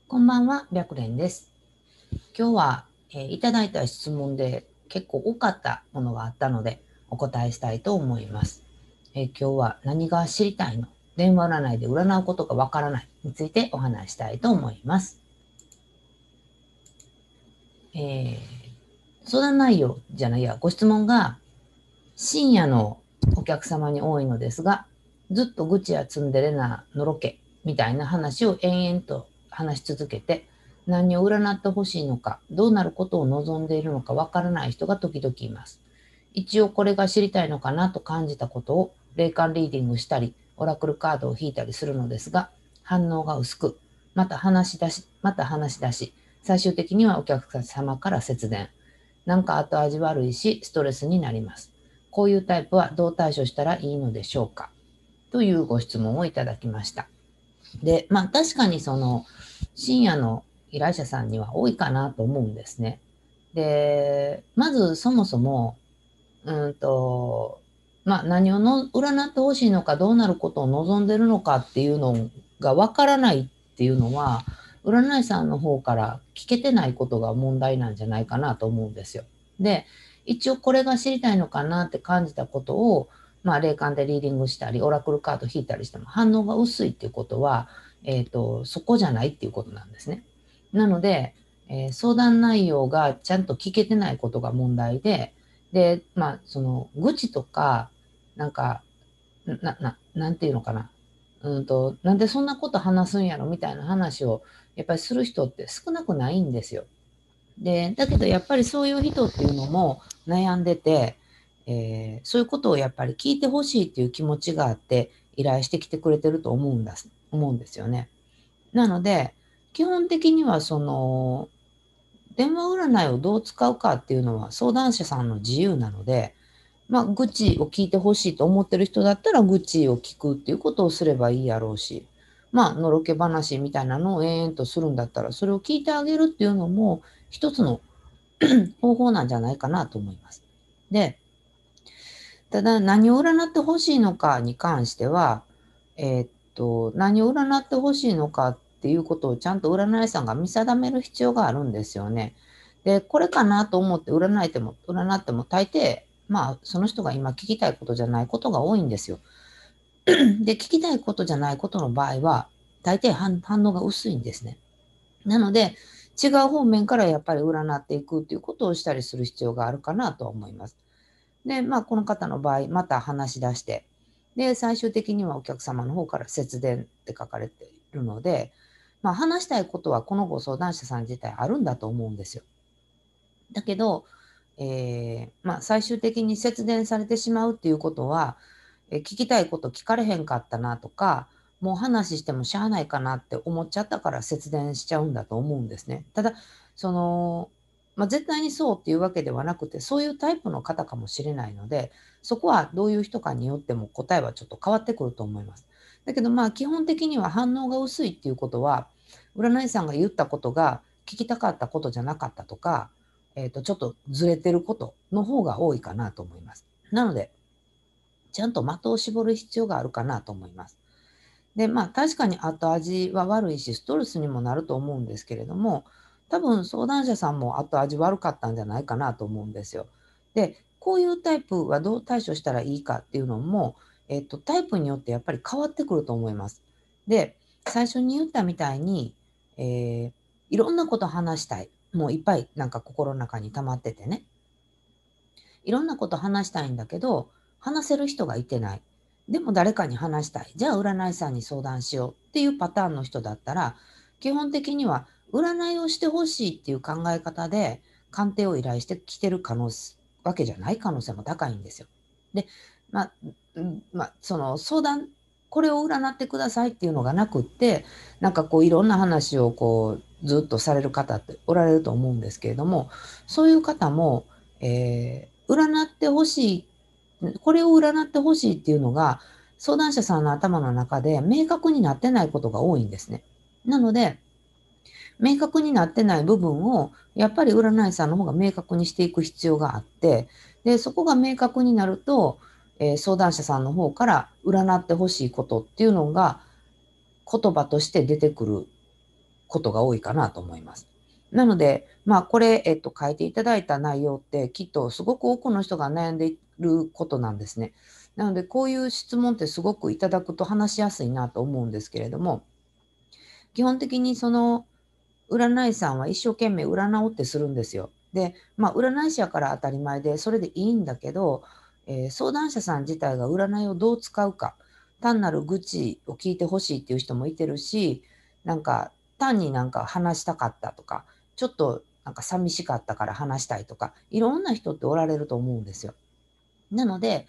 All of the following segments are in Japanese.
こんばんは、白蓮です。今日は、いただいた質問で結構多かったものがあったのでお答えしたいと思います。今日は何が知りたいの？電話占いで占うことがわからないについてお話したいと思います。え相談内容じゃないや、ご質問が深夜のお客様に多いのですが、ずっと愚痴やツンデレなのろけみたいな話を延々と話し続けて、何を占ってほしいのか、どうなることを望んでいるのかわからない人が時々います。一応これが知りたいのかなと感じたことを霊感リーディングしたり、オラクルカードを引いたりするのですが、反応が薄く、また話し出し、最終的にはお客様から節電。なんか後味悪いし、ストレスになります。こういうタイプはどう対処したらいいのでしょうか、というご質問をいただきました。で、確かに深夜の依頼者さんには多いかなと思うんですね。で、まずそもそも、うんと、何をの占ってほしいのか、どうなることを望んでるのかっていうのがわからないっていうのは、占い師さんの方から聞けてないことが問題なんじゃないかなと思うんですよ。で、一応これが知りたいのかなって感じたことを、霊感でリーディングしたり、オラクルカード引いたりしても反応が薄いっていうことは、そこじゃないっていうことなんですね。なので、相談内容がちゃんと聞けてないことが問題で、愚痴とか、なんか、なんていうのかな。なんでそんなこと話すんやろみたいな話を、やっぱりする人って少なくないんですよ。で、だけどやっぱりそういう人っていうのも悩んでて、そういうことをやっぱり聞いてほしいっていう気持ちがあって、依頼してきてくれてると思うんですよね。なので、基本的には電話占いをどう使うかっていうのは相談者さんの自由なので、愚痴を聞いてほしいと思ってる人だったら愚痴を聞くっていうことをすればいいやろうし、のろけ話みたいなのを延々とするんだったら、それを聞いてあげるっていうのも一つの方法なんじゃないかなと思います。で、ただ何を占ってほしいのかに関しては、何を占ってほしいのかっていうことをちゃんと占い師さんが見定める必要があるんですよね。で、これかなと思って占っても大抵、その人が今聞きたいことじゃないことが多いんですよ。で、聞きたいことじゃないことの場合は、大抵反応が薄いんですね。なので、違う方面からやっぱり占っていくっていうことをしたりする必要があるかなと思います。で、この方の場合、また話し出して、で、最終的にはお客様の方から節電って書かれているので、話したいことはこのご相談者さん自体あるんだと思うんですよ。だけど、最終的に節電されてしまうっていうことは、聞きたいこと聞かれへんかったなとか、もう話してもしゃあないかなって思っちゃったから節電しちゃうんだと思うんですね。ただ、その、絶対にそうっていうわけではなくて、そういうタイプの方かもしれないので、そこはどういう人かによっても答えはちょっと変わってくると思います。だけど基本的には反応が薄いっていうことは、占い師さんが言ったことが聞きたかったことじゃなかったとか、ちょっとずれてることの方が多いかなと思います。なので、ちゃんと的を絞る必要があるかなと思います。で、確かに後味は悪いし、ストレスにもなると思うんですけれども、多分相談者さんも後味悪かったんじゃないかなと思うんですよ。で、こういうタイプはどう対処したらいいかっていうのも、タイプによってやっぱり変わってくると思います。で、最初に言ったみたいに、えーいろんなこと話したい。もういっぱいなんか心の中に溜まっててね。いろんなこと話したいんだけど、話せる人がいてない。でも誰かに話したい。じゃあ占い師さんに相談しようっていうパターンの人だったら、基本的には占いをしてほしいっていう考え方で鑑定を依頼してきてるわけじゃない可能性も高いんですよ。で、まあ、その相談、これを占ってくださいっていうのがなくって、なんかこういろんな話をこうずっとされる方っておられると思うんですけれども、そういう方も、占ってほしい、これを占ってほしいっていうのが、相談者さんの頭の中で明確になってないことが多いんですね。なので、明確になってない部分を、やっぱり占い師さんの方が明確にしていく必要があって、で、そこが明確になると、相談者さんの方から占ってほしいことっていうのが言葉として出てくることが多いかなと思います。なので、これ、書いていただいた内容ってきっとすごく多くの人が悩んでいることなんですね。なので、こういう質問ってすごくいただくと話しやすいなと思うんですけれども、基本的にその占い師さんは一生懸命占おうってするんですよ。で、占い師やから当たり前で、それでいいんだけど、相談者さん自体が占いをどう使うか、単なる愚痴を聞いてほしいっていう人もいてるし、なんか単になんか話したかったとか、ちょっとなんか寂しかったから話したいとか、いろんな人っておられると思うんですよ。なので、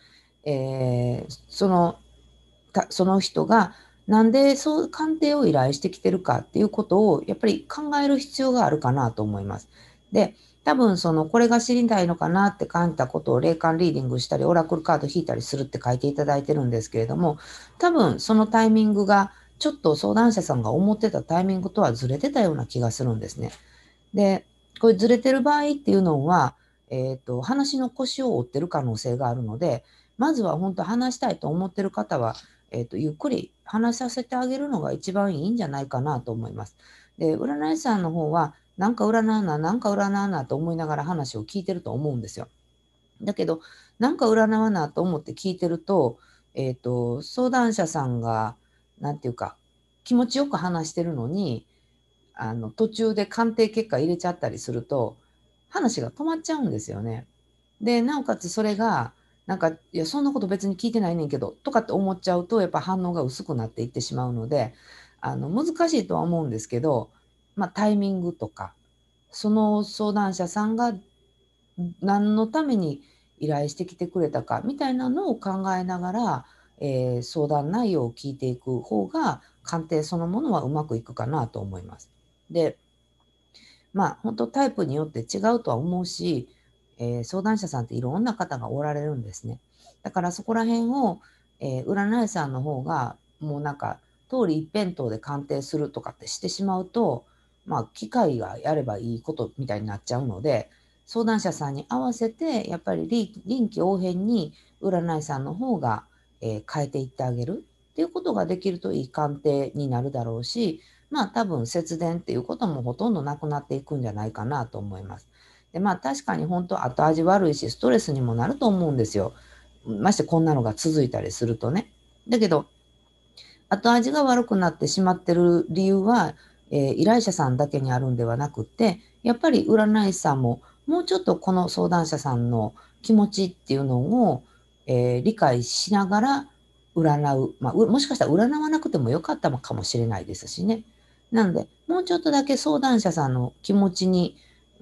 その人がなんでそう鑑定を依頼してきてるかっていうことをやっぱり考える必要があるかなと思います。で、多分これが知りたいのかなって感じたことを霊感リーディングしたり、オラクルカード引いたりするって書いていただいてるんですけれども、多分そのタイミングがちょっと相談者さんが思ってたタイミングとはずれてたような気がするんですね。で、これずれてる場合っていうのは、話の腰を折ってる可能性があるので、まずは本当話したいと思ってる方は、ゆっくり話させてあげるのが一番いいんじゃないかなと思います。で、占い師さんの方は、なんか占うなと思いながら話を聞いてると思うんですよ。だけど、なんか占わなと思って聞いてると、相談者さんが、なんていうか、気持ちよく話してるのに、途中で鑑定結果入れちゃったりすると、話が止まっちゃうんですよね。で、なおかつそれが、なんか、いや、そんなこと別に聞いてないねんけど、とかって思っちゃうと、やっぱ反応が薄くなっていってしまうので、難しいとは思うんですけど、タイミングとか、その相談者さんが何のために依頼してきてくれたかみたいなのを考えながら、相談内容を聞いていく方が、鑑定そのものはうまくいくかなと思います。で、本当タイプによって違うとは思うし、相談者さんっていろんな方がおられるんですね。だからそこら辺を、占い師さんの方が、もうなんか、通り一辺倒で鑑定するとかってしてしまうと、機械がやればいいことみたいになっちゃうので、相談者さんに合わせて、やっぱり臨機応変に占い師さんの方が、変えていってあげるっていうことができるといい鑑定になるだろうし、多分節電っていうこともほとんどなくなっていくんじゃないかなと思います。で、確かに本当後味悪いし、ストレスにもなると思うんですよ。ましてこんなのが続いたりするとね。だけど、後味が悪くなってしまってる理由は、依頼者さんだけにあるんではなくって、やっぱり占い師さんも、もうちょっとこの相談者さんの気持ちっていうのを、理解しながら占う。もしかしたら占わなくてもよかったのかもしれないですしね。なので、もうちょっとだけ相談者さんの気持ちに、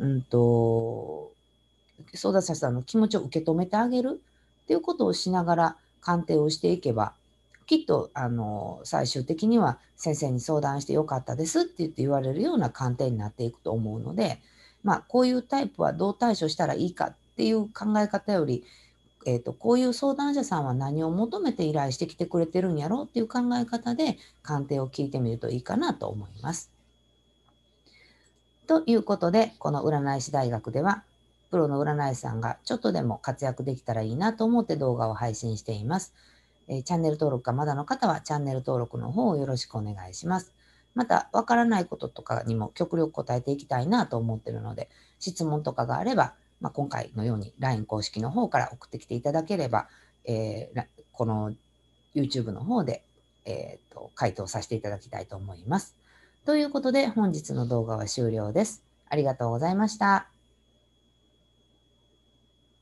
相談者さんの気持ちを受け止めてあげるっていうことをしながら鑑定をしていけば、きっと最終的には先生に相談してよかったですって言われるような鑑定になっていくと思うので、こういうタイプはどう対処したらいいかっていう考え方より、こういう相談者さんは何を求めて依頼してきてくれてるんやろうっていう考え方で鑑定を聞いてみるといいかなと思います。ということで、この占い師大学では、プロの占い師さんがちょっとでも活躍できたらいいなと思って動画を配信しています。チャンネル登録がまだの方はチャンネル登録の方をよろしくお願いします。また、わからないこととかにも極力答えていきたいなと思っているので、質問とかがあれば、今回のように LINE 公式の方から送ってきていただければ、この YouTube の方で、回答させていただきたいと思います。ということで、本日の動画は終了です。ありがとうございました。